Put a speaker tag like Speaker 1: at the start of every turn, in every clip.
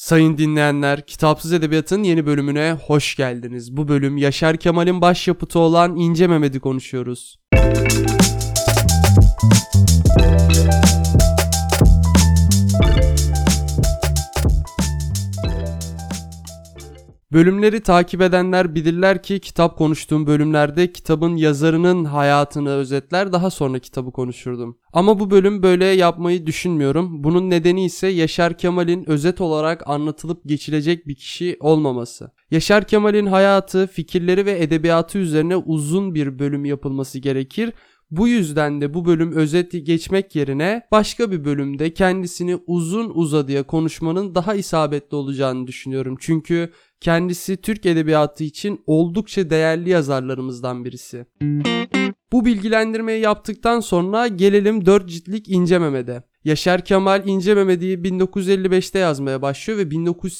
Speaker 1: Sayın dinleyenler, Kitapsız Edebiyat'ın yeni bölümüne hoş geldiniz. Bu bölüm Yaşar Kemal'in başyapıtı olan İnce Mehmet'i konuşuyoruz. Bölümleri takip edenler bilirler ki kitap konuştuğum bölümlerde kitabın yazarının hayatını özetler, daha sonra kitabı konuşurdum. Ama bu bölüm böyle yapmayı düşünmüyorum. Bunun nedeni ise Yaşar Kemal'in özet olarak anlatılıp geçilecek bir kişi olmaması. Yaşar Kemal'in hayatı, fikirleri ve edebiyatı üzerine uzun bir bölüm yapılması gerekir. Bu yüzden de bu bölüm özeti geçmek yerine başka bir bölümde kendisini uzun uzadıya konuşmanın daha isabetli olacağını düşünüyorum. Çünkü kendisi Türk edebiyatı için oldukça değerli yazarlarımızdan birisi. Bu bilgilendirmeyi yaptıktan sonra gelelim 4 ciltlik İnce Mehmet'e. Yaşar Kemal İnce Mehmet'i 1955'te yazmaya başlıyor ve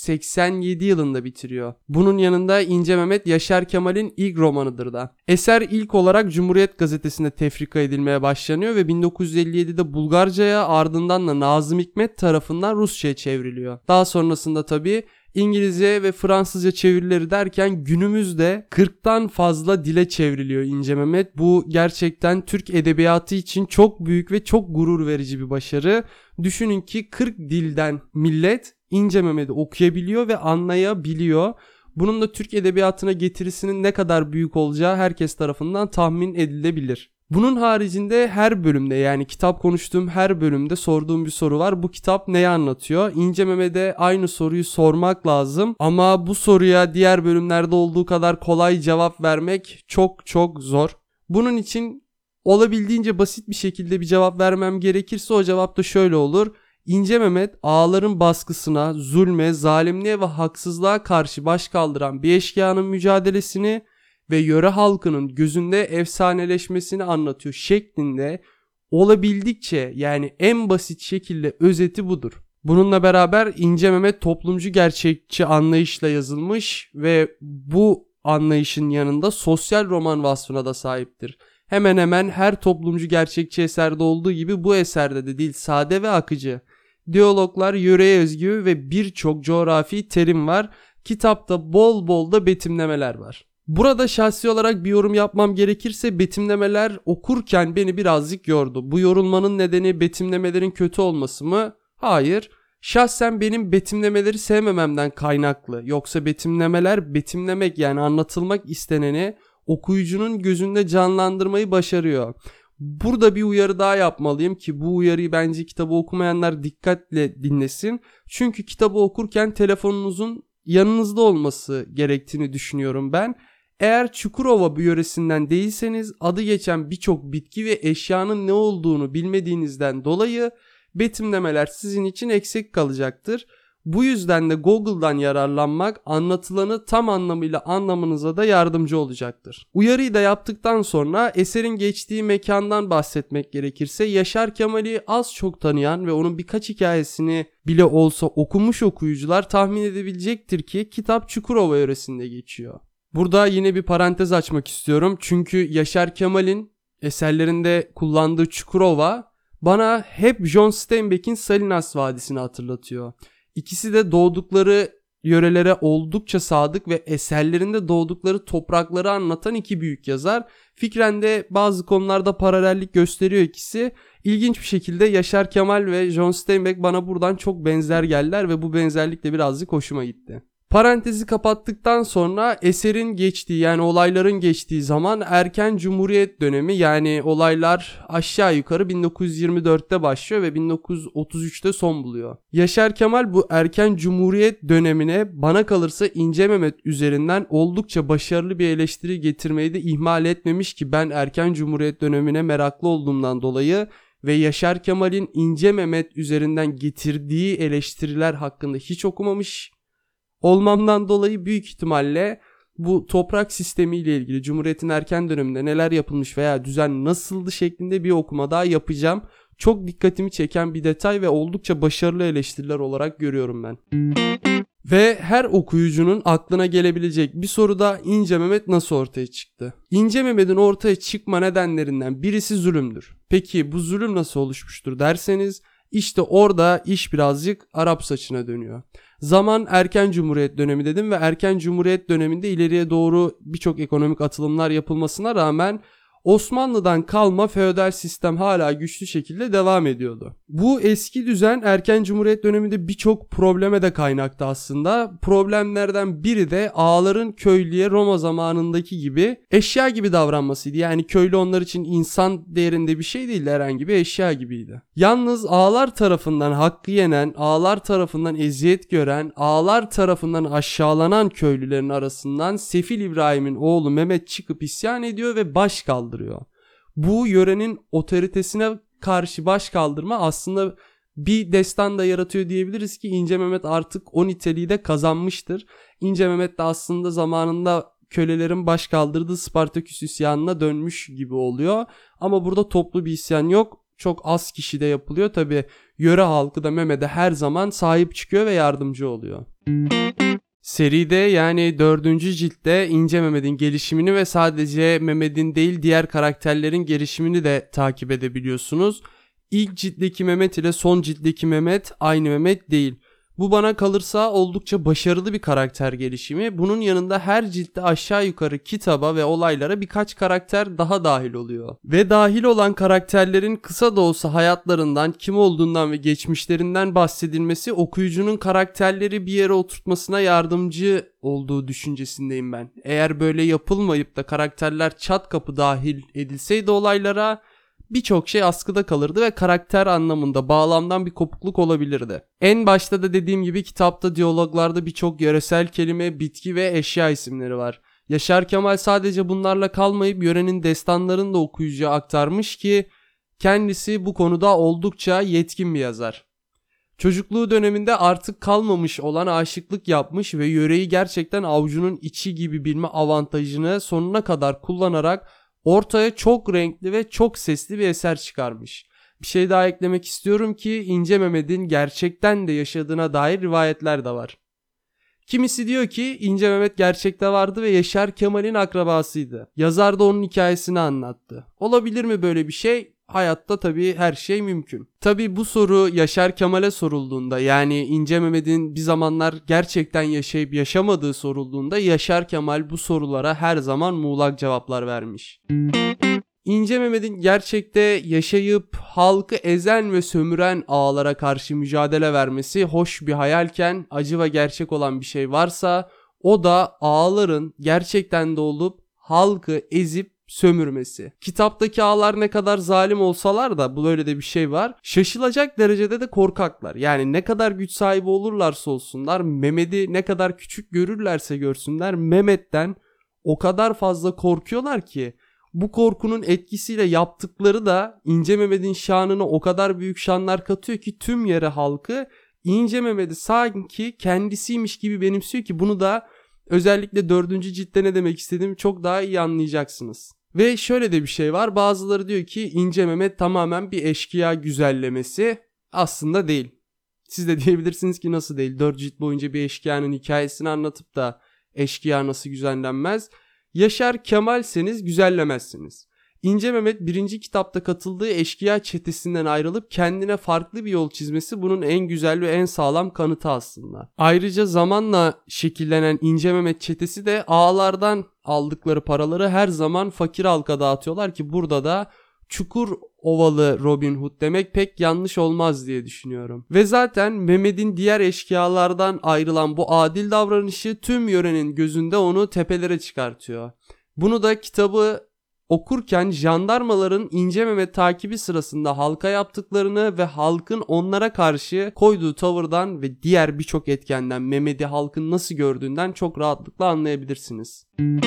Speaker 1: 1987 yılında bitiriyor. Bunun yanında İnce Mehmet Yaşar Kemal'in ilk romanıdır da. Eser ilk olarak Cumhuriyet Gazetesi'nde tefrika edilmeye başlanıyor ve 1957'de Bulgarca'ya, ardından da Nazım Hikmet tarafından Rusça'ya çevriliyor. Daha sonrasında tabii İngilizce ve Fransızca çevirileri derken günümüzde 40'tan fazla dile çevriliyor İnce Mehmet. Bu gerçekten Türk edebiyatı için çok büyük ve çok gurur verici bir başarı. Düşünün ki 40 dilden millet İnce Mehmet'i okuyabiliyor ve anlayabiliyor. Bunun da Türk edebiyatına getirisinin ne kadar büyük olacağı herkes tarafından tahmin edilebilir. Bunun haricinde her bölümde, yani kitap konuştuğum her bölümde sorduğum bir soru var. Bu kitap neyi anlatıyor? İnce Mehmet'e aynı soruyu sormak lazım ama bu soruya diğer bölümlerde olduğu kadar kolay cevap vermek çok zor. Bunun için olabildiğince basit bir şekilde bir cevap vermem gerekirse o cevap da şöyle olur. İnce Mehmet ağaların baskısına, zulme, zalimliğe ve haksızlığa karşı baş kaldıran bir eşkıyanın mücadelesini ve yöre halkının gözünde efsaneleşmesini anlatıyor şeklinde olabildikçe, yani en basit şekilde özeti budur. Bununla beraber İnce Mehmet toplumcu gerçekçi anlayışla yazılmış ve bu anlayışın yanında sosyal roman vasfına da sahiptir. Hemen hemen her toplumcu gerçekçi eserde olduğu gibi bu eserde de dil sade ve akıcı. Diyaloglar yöreye özgü ve birçok coğrafi terim var. Kitapta bol bol da betimlemeler var. Burada şahsi olarak bir yorum yapmam gerekirse betimlemeler okurken beni birazcık yordu. Bu yorulmanın nedeni betimlemelerin kötü olması mı? Hayır. Şahsen benim betimlemeleri sevmememden kaynaklı. Yoksa betimlemeler betimlemek, yani anlatılmak isteneni okuyucunun gözünde canlandırmayı başarıyor. Burada bir uyarı daha yapmalıyım ki bu uyarıyı bence kitabı okumayanlar dikkatle dinlesin. Çünkü kitabı okurken telefonunuzun yanınızda olması gerektiğini düşünüyorum ben. Eğer Çukurova yöresinden değilseniz adı geçen birçok bitki ve eşyanın ne olduğunu bilmediğinizden dolayı betimlemeler sizin için eksik kalacaktır. Bu yüzden de Google'dan yararlanmak anlatılanı tam anlamıyla anlamanıza da yardımcı olacaktır. Uyarıyı da yaptıktan sonra eserin geçtiği mekandan bahsetmek gerekirse Yaşar Kemal'i az çok tanıyan ve onun birkaç hikayesini bile olsa okumuş okuyucular tahmin edebilecektir ki kitap Çukurova yöresinde geçiyor. Burada yine bir parantez açmak istiyorum çünkü Yaşar Kemal'in eserlerinde kullandığı Çukurova bana hep John Steinbeck'in Salinas Vadisi'ni hatırlatıyor. İkisi de doğdukları yörelere oldukça sadık ve eserlerinde doğdukları toprakları anlatan iki büyük yazar. Fikren de bazı konularda paralellik gösteriyor ikisi. İlginç bir şekilde Yaşar Kemal ve John Steinbeck bana buradan çok benzer geldiler ve bu benzerlik de birazcık hoşuma gitti. Parantezi kapattıktan sonra eserin geçtiği, yani olayların geçtiği zaman erken Cumhuriyet dönemi, yani olaylar aşağı yukarı 1924'te başlıyor ve 1933'te son buluyor. Yaşar Kemal bu erken Cumhuriyet dönemine bana kalırsa İnce Mehmet üzerinden oldukça başarılı bir eleştiri getirmeyi de ihmal etmemiş ki ben erken Cumhuriyet dönemine meraklı olduğumdan dolayı ve Yaşar Kemal'in İnce Mehmet üzerinden getirdiği eleştiriler hakkında hiç okumamış olmamdan dolayı büyük ihtimalle bu toprak sistemiyle ilgili Cumhuriyet'in erken döneminde neler yapılmış veya düzen nasıldı şeklinde bir okuma daha yapacağım. Çok dikkatimi çeken bir detay ve oldukça başarılı eleştiriler olarak görüyorum ben. Ve her okuyucunun aklına gelebilecek bir soru da İnce Mehmet nasıl ortaya çıktı? İnce Mehmet'in ortaya çıkma nedenlerinden birisi zulümdür. Peki bu zulüm nasıl oluşmuştur derseniz İşte orada iş birazcık Arap saçına dönüyor. Zaman erken Cumhuriyet dönemi dedim ve erken Cumhuriyet döneminde ileriye doğru birçok ekonomik atılımlar yapılmasına rağmen Osmanlı'dan kalma feodal sistem hala güçlü şekilde devam ediyordu. Bu eski düzen erken Cumhuriyet döneminde birçok probleme de kaynaktı aslında. Problemlerden biri de ağaların köylüye Roma zamanındaki gibi eşya gibi davranmasıydı. Yani köylü onlar için insan değerinde bir şey değil, herhangi bir eşya gibiydi. Yalnız ağalar tarafından hakkı yenen, ağalar tarafından eziyet gören, ağalar tarafından aşağılanan köylülerin arasından Sefil İbrahim'in oğlu Mehmet çıkıp isyan ediyor ve baş kaldırıyor. Bu yörenin otoritesine karşı baş kaldırma aslında bir destan da yaratıyor diyebiliriz ki İnce Mehmet artık o niteliği de kazanmıştır. İnce Mehmet de aslında zamanında kölelerin baş kaldırdığı Spartaküs isyanına dönmüş gibi oluyor. Ama burada toplu bir isyan yok. Çok az kişide yapılıyor. Tabi yöre halkı da Mehmet'e her zaman sahip çıkıyor ve yardımcı oluyor. Seride yani 4. ciltte İnce Mehmet'in gelişimini ve sadece Mehmet'in değil diğer karakterlerin gelişimini de takip edebiliyorsunuz. İlk ciltteki Mehmet ile son ciltteki Mehmet aynı Mehmet değil. Bu bana kalırsa oldukça başarılı bir karakter gelişimi. Bunun yanında her ciltte aşağı yukarı kitaba ve olaylara birkaç karakter daha dahil oluyor. Ve dahil olan karakterlerin kısa da olsa hayatlarından, kim olduğundan ve geçmişlerinden bahsedilmesi okuyucunun karakterleri bir yere oturtmasına yardımcı olduğu düşüncesindeyim ben. Eğer böyle yapılmayıp da karakterler çat kapı dahil edilseydi olaylara, birçok şey askıda kalırdı ve karakter anlamında bağlamdan bir kopukluk olabilirdi. En başta da dediğim gibi kitapta diyaloglarda birçok yöresel kelime, bitki ve eşya isimleri var. Yaşar Kemal sadece bunlarla kalmayıp yörenin destanlarını da okuyucuya aktarmış ki kendisi bu konuda oldukça yetkin bir yazar. Çocukluğu döneminde artık kalmamış olan aşıklık yapmış ve yöreyi gerçekten avucunun içi gibi bilme avantajını sonuna kadar kullanarak ortaya çok renkli ve çok sesli bir eser çıkarmış. Bir şey daha eklemek istiyorum ki İnce Mehmet'in gerçekten de yaşadığına dair rivayetler de var. Kimisi diyor ki İnce Mehmet gerçekte vardı ve Yaşar Kemal'in akrabasıydı. Yazar da onun hikayesini anlattı. Olabilir mi böyle bir şey? Hayatta tabii her şey mümkün. Tabii bu soru Yaşar Kemal'e sorulduğunda, yani İnce Mehmet'in bir zamanlar gerçekten yaşayıp yaşamadığı sorulduğunda Yaşar Kemal bu sorulara her zaman muğlak cevaplar vermiş. İnce Mehmet'in gerçekte yaşayıp halkı ezen ve sömüren ağalara karşı mücadele vermesi hoş bir hayalken acı ve gerçek olan bir şey varsa o da ağaların gerçekten de olup halkı ezip sömürmesi. Kitaptaki ağalar ne kadar zalim olsalar da bu böyle de bir şey var. Şaşılacak derecede de korkaklar. Yani ne kadar güç sahibi olurlarsa olsunlar, Mehmet'i ne kadar küçük görürlerse görsünler, Mehmet'ten o kadar fazla korkuyorlar ki bu korkunun etkisiyle yaptıkları da İnce Mehmet'in şanına o kadar büyük şanlar katıyor ki tüm yere halkı İnce Mehmet'i sanki kendisiymiş gibi benimsiyor ki bunu da özellikle 4. ciltte ne demek istediğimi çok daha iyi anlayacaksınız. Ve şöyle de bir şey var. Bazıları diyor ki İnce Mehmet tamamen bir eşkıya güzellemesi. Aslında değil. Siz de diyebilirsiniz ki nasıl değil? 4 cilt boyunca bir eşkıyanın hikayesini anlatıp da eşkıya nasıl güzellenmez? Yaşar Kemal'seniz güzellemezsiniz. İnce Mehmet 1. kitapta katıldığı eşkıya çetesinden ayrılıp kendine farklı bir yol çizmesi bunun en güzel ve en sağlam kanıtı aslında. Ayrıca zamanla şekillenen İnce Mehmet çetesi de ağalardan aldıkları paraları her zaman fakir halka dağıtıyorlar ki burada da Çukur Ovalı Robin Hood demek pek yanlış olmaz diye düşünüyorum. Ve zaten Mehmet'in diğer eşkıyalardan ayrılan bu adil davranışı tüm yörenin gözünde onu tepelere çıkartıyor. Bunu da kitabı okurken jandarmaların İnce Mehmet takibi sırasında halka yaptıklarını ve halkın onlara karşı koyduğu tavırdan ve diğer birçok etkenden Mehmet'i halkın nasıl gördüğünden çok rahatlıkla anlayabilirsiniz.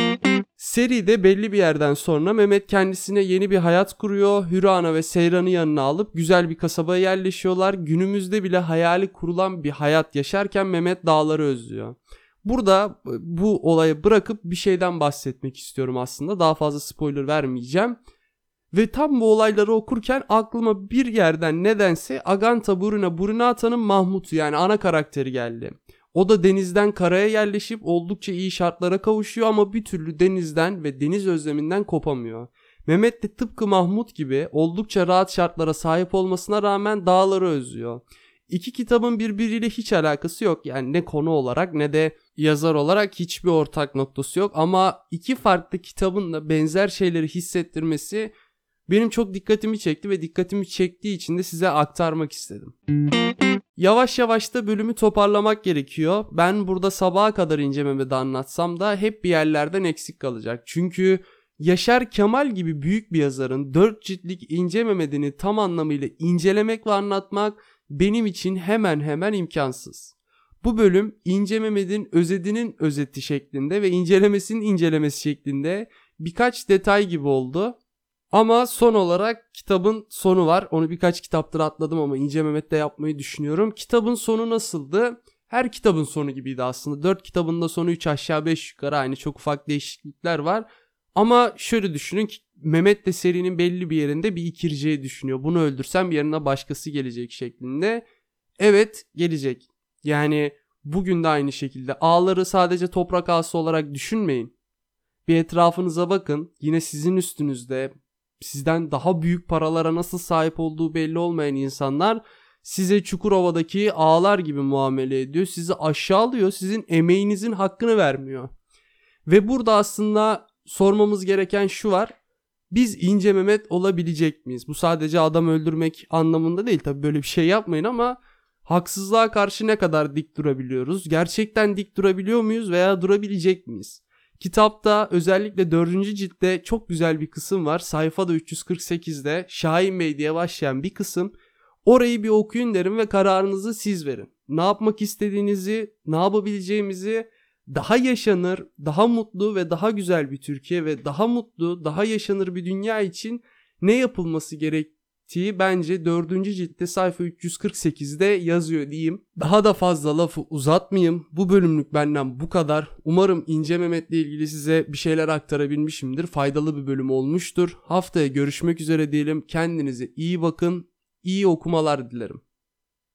Speaker 1: Seride belli bir yerden sonra Mehmet kendisine yeni bir hayat kuruyor. Hürana ve Seyran'ı yanına alıp güzel bir kasabaya yerleşiyorlar. Günümüzde bile hayali kurulan bir hayat yaşarken Mehmet dağları özlüyor. Burada bu olayı bırakıp bir şeyden bahsetmek istiyorum aslında. Daha fazla spoiler vermeyeceğim. Ve tam bu olayları okurken aklıma bir yerden nedense Aganta Burina Burinata'nın Mahmut'u yani ana karakteri geldi. O da denizden karaya yerleşip oldukça iyi şartlara kavuşuyor ama bir türlü denizden ve deniz özleminden kopamıyor. Mehmet de tıpkı Mahmut gibi oldukça rahat şartlara sahip olmasına rağmen dağları özlüyor. İki kitabın birbiriyle hiç alakası yok. Yani ne konu olarak ne de yazar olarak hiçbir ortak noktası yok. Ama iki farklı kitabın da benzer şeyleri hissettirmesi benim çok dikkatimi çekti ve dikkatimi çektiği için de size aktarmak istedim. Yavaş yavaş da bölümü toparlamak gerekiyor. Ben burada sabaha kadar İnce Mehmet'i anlatsam da hep bir yerlerden eksik kalacak. Çünkü Yaşar Kemal gibi büyük bir yazarın 4 ciltlik İnce Mehmet'ini tam anlamıyla incelemek ve anlatmak benim için hemen hemen imkansız. Bu bölüm İnce Mehmet'in özetinin özeti şeklinde ve incelemesinin incelemesi şeklinde birkaç detay gibi oldu. Ama son olarak kitabın sonu var. Onu birkaç kitaptır atladım ama İnce Mehmet'te yapmayı düşünüyorum. Kitabın sonu nasıldı? Her kitabın sonu gibiydi aslında. 4 kitabın da sonu 3 aşağı 5 yukarı aynı, çok ufak değişiklikler var. Ama şöyle düşünün ki Mehmet de serinin belli bir yerinde bir ikirceyi düşünüyor. Bunu öldürsem yerine başkası gelecek şeklinde. Evet, gelecek. Yani bugün de aynı şekilde. Ağları sadece toprak ağası olarak düşünmeyin. Bir etrafınıza bakın. Yine sizin üstünüzde, sizden daha büyük paralara nasıl sahip olduğu belli olmayan insanlar size Çukurova'daki ağalar gibi muamele ediyor. Sizi aşağılıyor. Sizin emeğinizin hakkını vermiyor. Ve burada aslında sormamız gereken şu var. Biz İnce Mehmet olabilecek miyiz? Bu sadece adam öldürmek anlamında değil. Tabii böyle bir şey yapmayın ama haksızlığa karşı ne kadar dik durabiliyoruz? Gerçekten dik durabiliyor muyuz veya durabilecek miyiz? Kitapta özellikle 4. ciltte çok güzel bir kısım var. Sayfada 348'de Şahin Bey diye başlayan bir kısım. Orayı bir okuyun derim ve kararınızı siz verin. Ne yapmak istediğinizi, ne yapabileceğimizi, daha yaşanır, daha mutlu ve daha güzel bir Türkiye ve daha mutlu, daha yaşanır bir dünya için ne yapılması gerektiği bence 4. ciltte sayfa 348'de yazıyor diyeyim. Daha da fazla lafı uzatmayayım. Bu bölümlük benden bu kadar. Umarım İnce Mehmet'le ilgili size bir şeyler aktarabilmişimdir. Faydalı bir bölüm olmuştur. Haftaya görüşmek üzere diyelim. Kendinize iyi bakın. İyi okumalar dilerim.